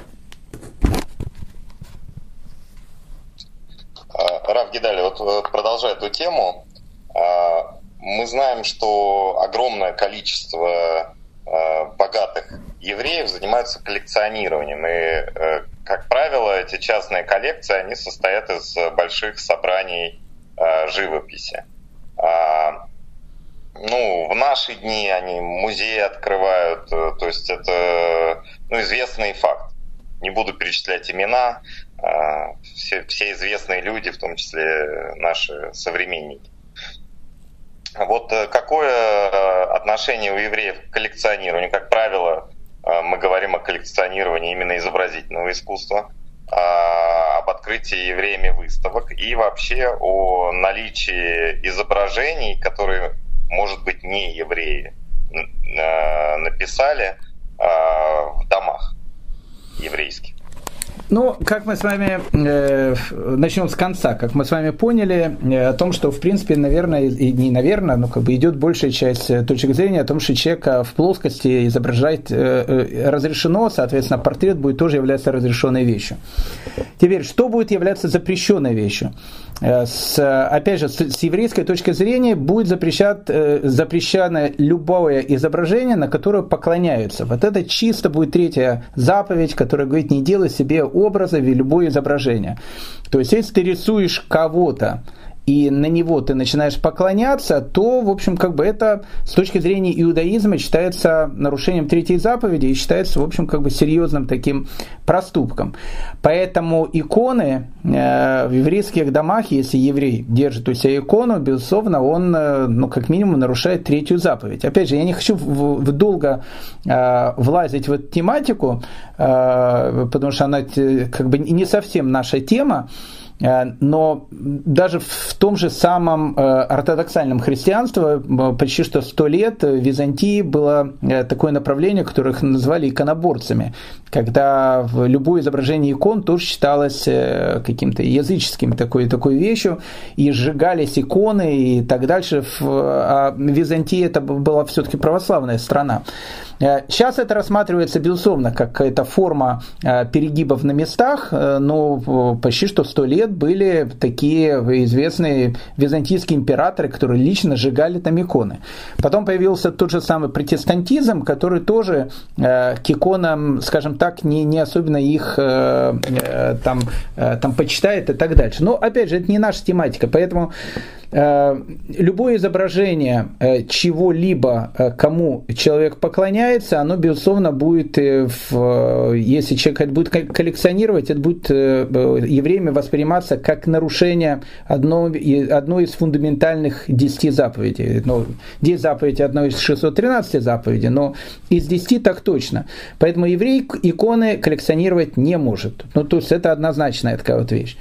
Рав Гидали, вот продолжая эту тему, мы знаем, что огромное количество э, богатых евреев занимаются коллекционированием. И, э, как правило, эти частные коллекции, они состоят из больших собраний э, живописи. А, ну, в наши дни они музеи открывают, э, то есть это ну, известный факт. Не буду перечислять имена, э, все, все известные люди, в том числе наши современники. Вот какое отношение у евреев к коллекционированию? Как правило, мы говорим о коллекционировании именно изобразительного искусства, об открытии евреями выставок и вообще о наличии изображений, которые, может быть, не евреи написали в домах еврейских. Ну, как мы с вами, э, начнем с конца, как мы с вами поняли, э, о том, что, в принципе, наверное, и не наверное, но как бы идет большая часть точек зрения о том, что человека в плоскости изображать э, э, разрешено, соответственно, портрет будет тоже являться разрешенной вещью. Теперь, что будет являться запрещенной вещью? Э, с, опять же, с, с еврейской точки зрения будет запрещать, э, запрещено любое изображение, на которое поклоняются. Вот это чисто будет третья заповедь, которая говорит, не делай себе образов и любое изображение. То есть, если ты рисуешь кого-то, и на него ты начинаешь поклоняться, то, в общем, как бы это с точки зрения иудаизма считается нарушением третьей заповеди и считается, в общем, как бы серьезным таким проступком. Поэтому иконы э, в еврейских домах, если еврей держит у себя икону, безусловно, он, э, ну, как минимум, нарушает третью заповедь. Опять же, я не хочу в, в долго э, влазить в эту тематику, э, потому что она как бы не совсем наша тема. Но даже в том же самом ортодоксальном христианстве почти что сто лет в Византии было такое направление, которое их назвали иконоборцами, когда любое изображение икон тоже считалось каким-то языческим такой, такой вещью, и сжигались иконы и так дальше. А Византия это была все-таки православная страна. Сейчас это рассматривается, безусловно, как какая-то форма перегибов на местах, но почти что сто лет были такие известные византийские императоры, которые лично сжигали там иконы. Потом появился тот же самый протестантизм, который тоже к иконам, скажем так, не, не особенно их там, там почитает и так дальше. Но, опять же, это не наша тематика, поэтому любое изображение чего-либо, кому человек поклоняется, оно, безусловно, будет, в, если человек это будет коллекционировать, это будет евреями восприниматься как нарушение одной, одной из фундаментальных десяти заповедей. Ну, десять заповедей одной из шестисот тринадцати заповедей, но из десяти так точно. Поэтому еврей иконы коллекционировать не может. Ну, то есть это однозначная такая вот вещь.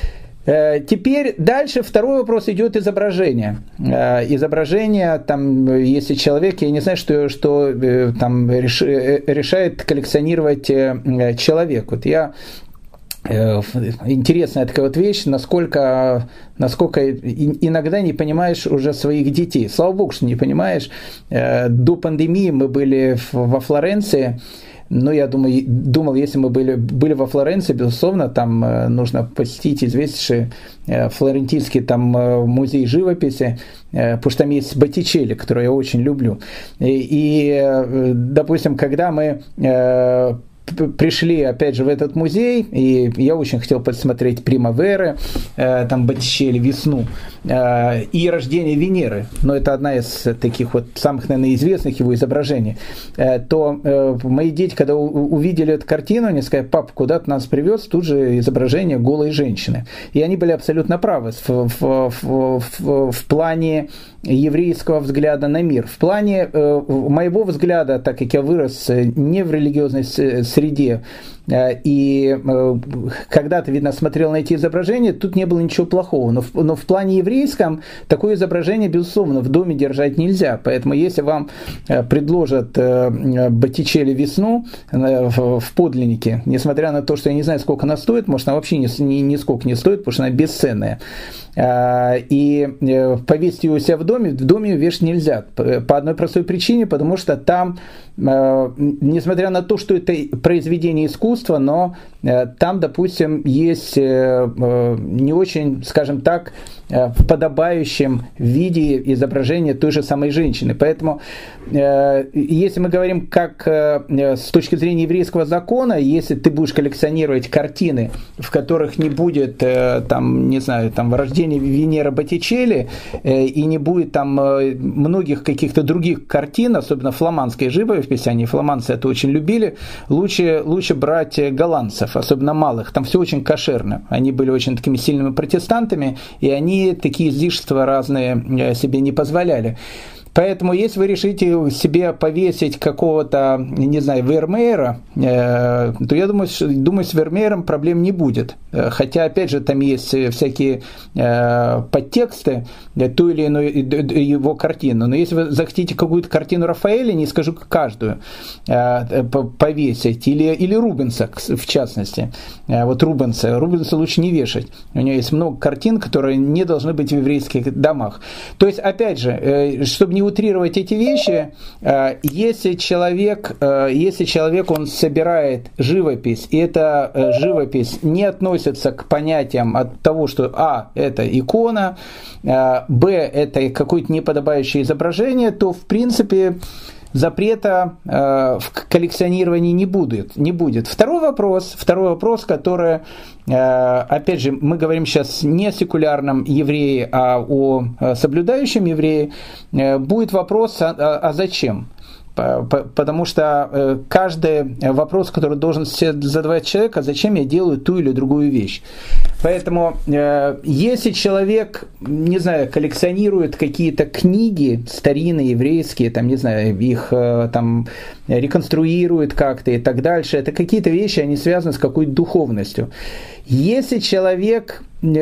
Теперь дальше второй вопрос идет изображение. Изображение, там, если человек, я не знаю, что, что там решает коллекционировать человек. Вот я интересная такая вот вещь, насколько, насколько иногда не понимаешь уже своих детей. Слава богу, что не понимаешь. До пандемии мы были во Флоренции. Ну, я думаю, думал, если мы были, были во Флоренции, безусловно, там э, нужно посетить известнейший э, флорентийский там, э, музей живописи, э, потому что там есть Боттичелли, который я очень люблю. И, и э, допустим, когда мы э, пришли, опять же, в этот музей, и я очень хотел посмотреть «Примаверы», э, там Боттичелли, «Весну», э, и «Рождение Венеры», но это одна из таких вот самых, наверное, известных его изображений, э, то э, мои дети, когда у- увидели эту картину, они сказали: пап, куда ты нас привез? Тут же изображение голой женщины. И они были абсолютно правы в, в, в, в, в плане еврейского взгляда на мир. В плане э, моего взгляда, так как я вырос не в религиозной среде, э, и э, когда-то, видно, смотрел на эти изображения, тут не было ничего плохого. Но в, но в плане еврейском такое изображение, безусловно, в доме держать нельзя. Поэтому если вам э, предложат э, Боттичелли «Весну» э, в, в подлиннике, несмотря на то, что я не знаю, сколько она стоит, может, она вообще ни, ни, нисколько не стоит, потому что она бесценная, э, и э, повесить ее у себя в доме, в доме ее вешать нельзя. По одной простой причине, потому что там, э, несмотря на то, что это произведение искусства, но э, там, допустим, есть э, э, не очень, скажем так, э, в подобающем виде изображение той же самой женщины. Поэтому, э, если мы говорим как э, с точки зрения еврейского закона, если ты будешь коллекционировать картины, в которых не будет, э, там, не знаю, там, рождения Венеры Боттичелли, э, и не будет там э, многих каких-то других картин, особенно фламандской живописи, они фламандцы это очень любили, лучше, лучше брать голландцев, особенно малых, там все очень кошерно. Они были очень такими сильными протестантами, и они такие излишества разные себе не позволяли. Поэтому, если вы решите себе повесить какого-то, не знаю, Вермеера, э, то я думаю, думаю, с Вермеером проблем не будет. Хотя, опять же, там есть всякие э, подтексты той или иной его картины. Но если вы захотите какую-то картину Рафаэля, не скажу каждую, э, повесить, или, или Рубенса, в частности. Э, вот Рубенса. Рубенса лучше не вешать. У него есть много картин, которые не должны быть в еврейских домах. То есть, опять же, э, чтобы не утрировать эти вещи, если человек, если человек он собирает живопись, и эта живопись не относится к понятиям от того, что а, это икона, б, это какое-то неподобающее изображение, то в принципе запрета э, в коллекционировании не будет, не будет. Второй вопрос, второй вопрос, который, э, опять же, мы говорим сейчас не о секулярном еврее, а о соблюдающем еврее, э, будет вопрос, а, а зачем? Потому что каждый вопрос, который должен себе задавать человек, а зачем я делаю ту или другую вещь. Поэтому, если человек, не знаю, коллекционирует какие-то книги старинные, еврейские, там, не знаю, их там реконструирует как-то и так дальше, это какие-то вещи, они связаны с какой-то духовностью. Если человек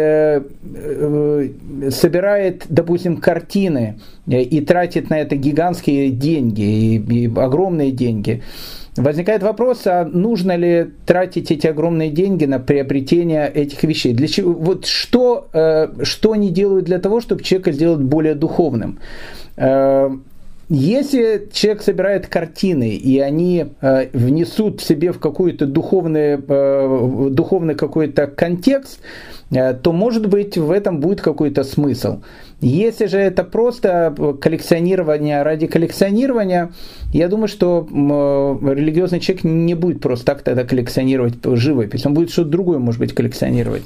собирает, допустим, картины и тратит на это гигантские деньги и, и огромные деньги, возникает вопрос, а нужно ли тратить эти огромные деньги на приобретение этих вещей? Для чего? Вот что, что они делают для того, чтобы человека сделать более духовным? если человек собирает картины, и они э, внесут в себе в какой-то духовный, э, духовный какой-то контекст, э, то, может быть, в этом будет какой-то смысл. Если же это просто коллекционирование ради коллекционирования, я думаю, что э, религиозный человек не будет просто так тогда коллекционировать живопись. Он будет что-то другое, может быть, коллекционировать.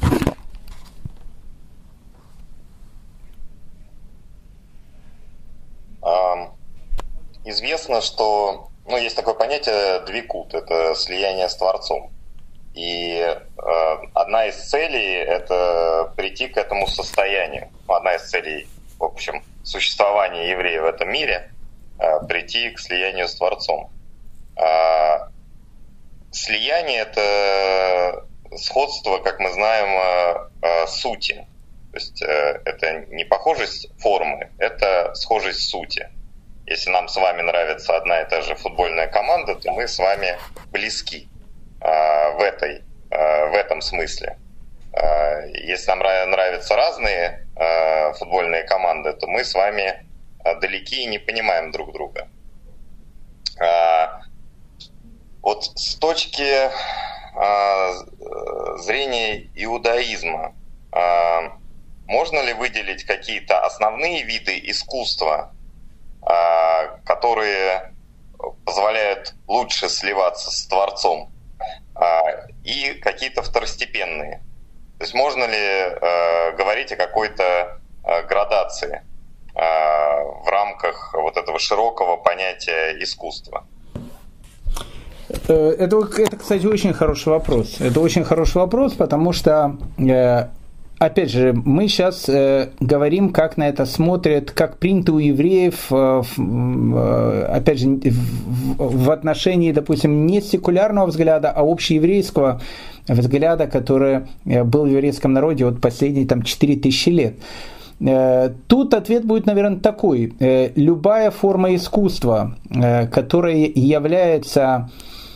Известно, что ну, есть такое понятие двикут, это слияние с Творцом. И э, одна из целей – это прийти к этому состоянию. Одна из целей, в общем, существования еврея в этом мире э, – прийти к слиянию с Творцом. Э, слияние – это сходство, как мы знаем, э, сути. То есть э, это не похожесть формы, это схожесть сути. Если нам с вами нравится одна и та же футбольная команда, то мы с вами близки э, в, этой, э, в этом смысле. Э, если нам нравятся разные э, футбольные команды, то мы с вами далеки и не понимаем друг друга. Э, вот с точки э, зрения иудаизма, э, можно ли выделить какие-то основные виды искусства, которые позволяют лучше сливаться с Творцом, и какие-то второстепенные? То есть можно ли говорить о какой-то градации в рамках вот этого широкого понятия искусства? Это, это, кстати, очень хороший вопрос. Это очень хороший вопрос, потому что опять же, мы сейчас э, говорим, как на это смотрят, как принято у евреев, э, э, опять же, в, в отношении, допустим, не секулярного взгляда, а общееврейского взгляда, который был в еврейском народе вот последние там, четыре тысячи лет. Э, тут ответ будет, наверное, такой. Э, любая форма искусства, э, которая является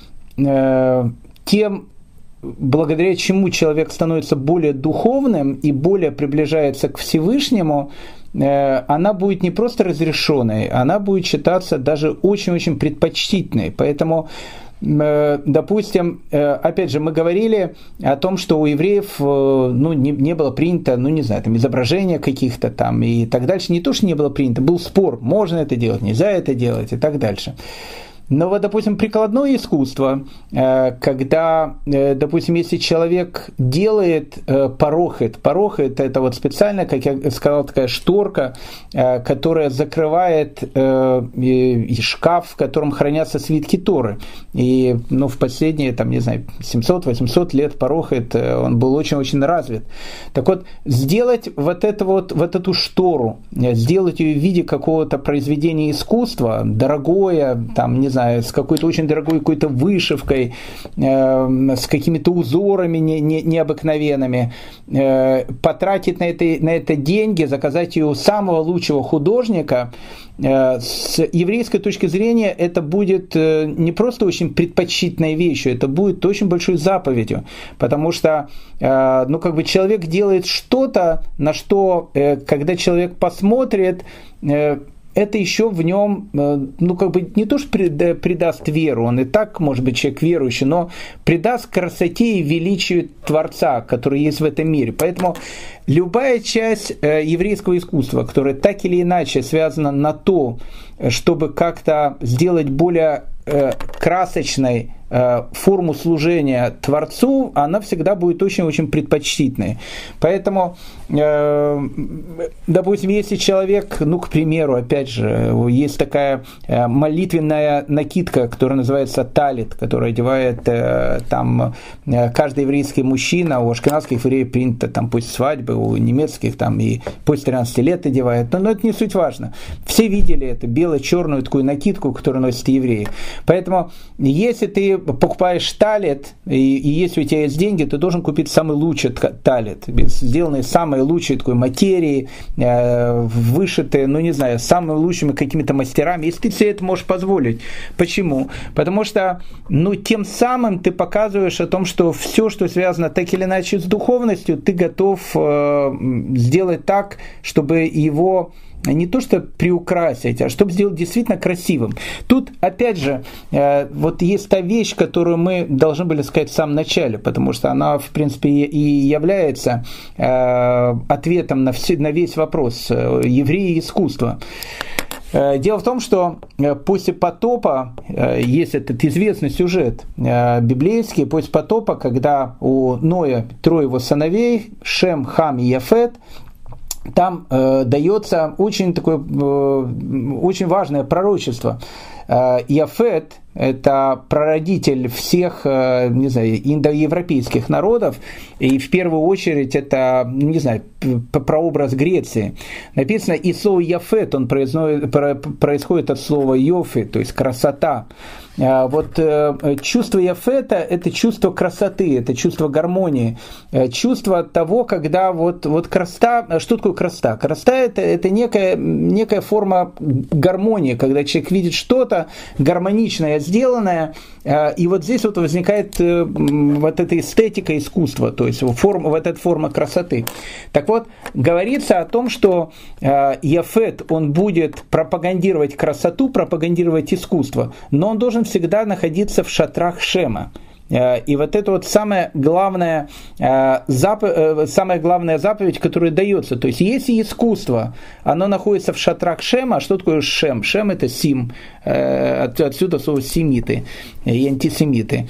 э, тем, благодаря чему человек становится более духовным и более приближается к Всевышнему, она будет не просто разрешенной, она будет считаться даже очень-очень предпочтительной. Поэтому, допустим, опять же, мы говорили о том, что у евреев ну, не, не было принято, ну не знаю, там, изображения каких-то там и так дальше. Не то, что не было принято, был спор, можно это делать, нельзя это делать и так дальше. Но вот, допустим, прикладное искусство, когда, допустим, если человек делает парохет, парохет это вот специально, как я сказал, такая шторка, которая закрывает шкаф, в котором хранятся свитки Торы. И ну, в последние, там, не знаю, семьсот-восемьсот лет парохет, он был очень-очень развит. Так вот, сделать вот, это вот, вот эту штору, сделать ее в виде какого-то произведения искусства, дорогое, там, не знаю, с какой-то очень дорогой какой-то вышивкой, э, с какими-то узорами не, не, необыкновенными, э, потратить на это, на это деньги, заказать ее у самого лучшего художника, э, с еврейской точки зрения это будет э, не просто очень предпочтительной вещью, это будет очень большой заповедью, потому что э, ну, как бы человек делает что-то, на что, э, когда человек посмотрит, э, это еще в нем, ну, как бы не то, что придаст веру, он и так, может быть, человек верующий, но придаст красоте и величию Творца, который есть в этом мире. Поэтому любая часть еврейского искусства, которая так или иначе связана на то, чтобы как-то сделать более красочной форму служения Творцу, она всегда будет очень-очень предпочтительной. Поэтому, допустим, если человек, ну, к примеру, опять же, есть такая молитвенная накидка, которая называется талит, которую одевает там каждый еврейский мужчина, у ашкеназских евреев принято там после свадьбы, у немецких там и после тринадцати лет одевают, но, но это не суть важно. Все видели это, бело-черную такую накидку, которую носят евреи. Поэтому, если ты покупаешь талит, и, и если у тебя есть деньги, ты должен купить самый лучший талит, сделанный из самой лучшей такой материи, э, вышитый, ну не знаю, самыми лучшими какими-то мастерами, если ты себе это можешь позволить. Почему? Потому что, ну, тем самым ты показываешь о том, что все, что связано так или иначе с духовностью, ты готов э, сделать так, чтобы его не то что приукрасить, а чтобы сделать действительно красивым. Тут, опять же, вот есть та вещь, которую мы должны были сказать в самом начале, потому что она, в принципе, и является ответом на, все, на весь вопрос евреи и искусство. Дело в том, что после потопа есть этот известный сюжет библейский, после потопа, когда у Ноя трое его сыновей, Шем, Хам и Яфет, там дается очень такое, очень важное пророчество. Яфет – это прародитель всех, не знаю, индоевропейских народов, и в первую очередь это, не знаю, прообраз Греции. Написано, и слово Яфет, он происходит от слова Йофи, то есть красота. Вот чувство Яфета – это чувство красоты, это чувство гармонии, чувство того, когда вот, вот красота, что такое красота? Красота – это, это некая, некая форма гармонии, когда человек видит что-то гармоничное, сделанное, и вот здесь вот возникает вот эта эстетика искусства, то есть форма, вот эта форма красоты. Так вот, говорится о том, что Яфет, он будет пропагандировать красоту, пропагандировать искусство, но он должен всегда находиться в шатрах Шема. И вот это вот самая главная, заповедь, самая главная заповедь, которая дается. То есть, если искусство, оно находится в шатрах Шема, а что такое Шем? Шем – это сим, отсюда слово семиты и антисемиты.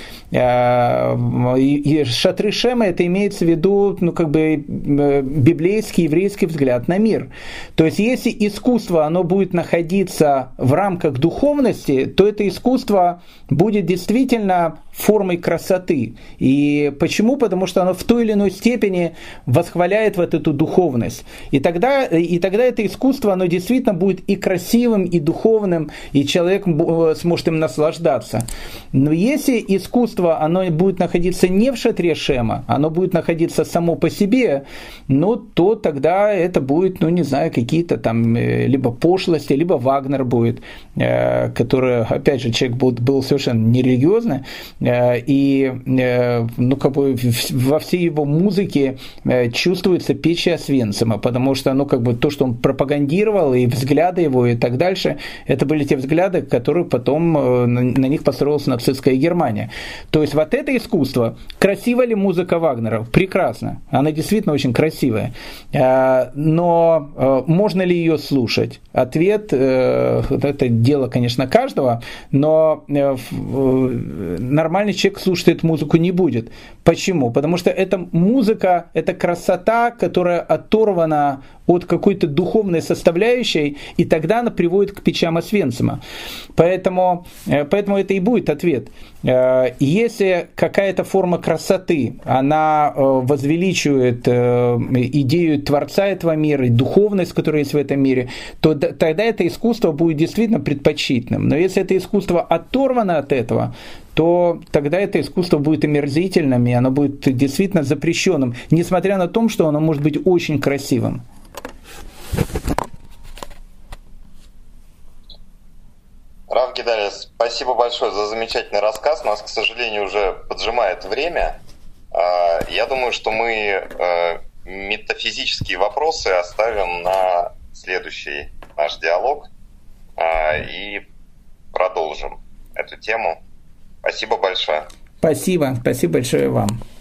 И шатры Шема – это имеется в виду, ну, как бы, библейский, еврейский взгляд на мир. То есть, если искусство, оно будет находиться в рамках духовности, то это искусство будет действительно формой красоты. И почему? Потому что оно в той или иной степени восхваляет вот эту духовность. И тогда, и тогда это искусство, оно действительно будет и красивым, и духовным, и человек сможет им наслаждаться. Но если искусство, оно будет находиться не в шатре Шема, оно будет находиться само по себе, ну, то тогда это будет, ну, не знаю, какие-то там либо пошлости, либо Вагнер будет, который, опять же, человек был, был совершенно нерелигиозный, и, ну, как бы во всей его музыке чувствуется печь Освенцима, потому что, ну, как бы то, что он пропагандировал, и взгляды его, и так дальше, это были те взгляды, которые потом на них построилась нацистская Германия. То есть вот это искусство. Красива ли музыка Вагнера? Прекрасно. Она действительно очень красивая. Но можно ли ее слушать? Ответ, это дело, конечно, каждого, но нормальный человек слушать эту музыку не будет. Почему? Потому что эта музыка, это красота, которая оторвана от какой-то духовной составляющей, и тогда она приводит к печам Освенцима. Поэтому, поэтому это и будет ответ. Если какая-то форма красоты, она возвеличивает идею Творца этого мира, и духовность, которая есть в этом мире, то тогда это искусство будет действительно предпочтительным. Но если это искусство оторвано от этого, то тогда это искусство будет омерзительным, и оно будет действительно запрещенным, несмотря на то, что оно может быть очень красивым. Рав Гедалия, спасибо большое за замечательный рассказ. Нас, к сожалению, уже поджимает время. Я думаю, что мы метафизические вопросы оставим на следующий наш диалог и продолжим эту тему. Спасибо большое. Спасибо. Спасибо большое вам.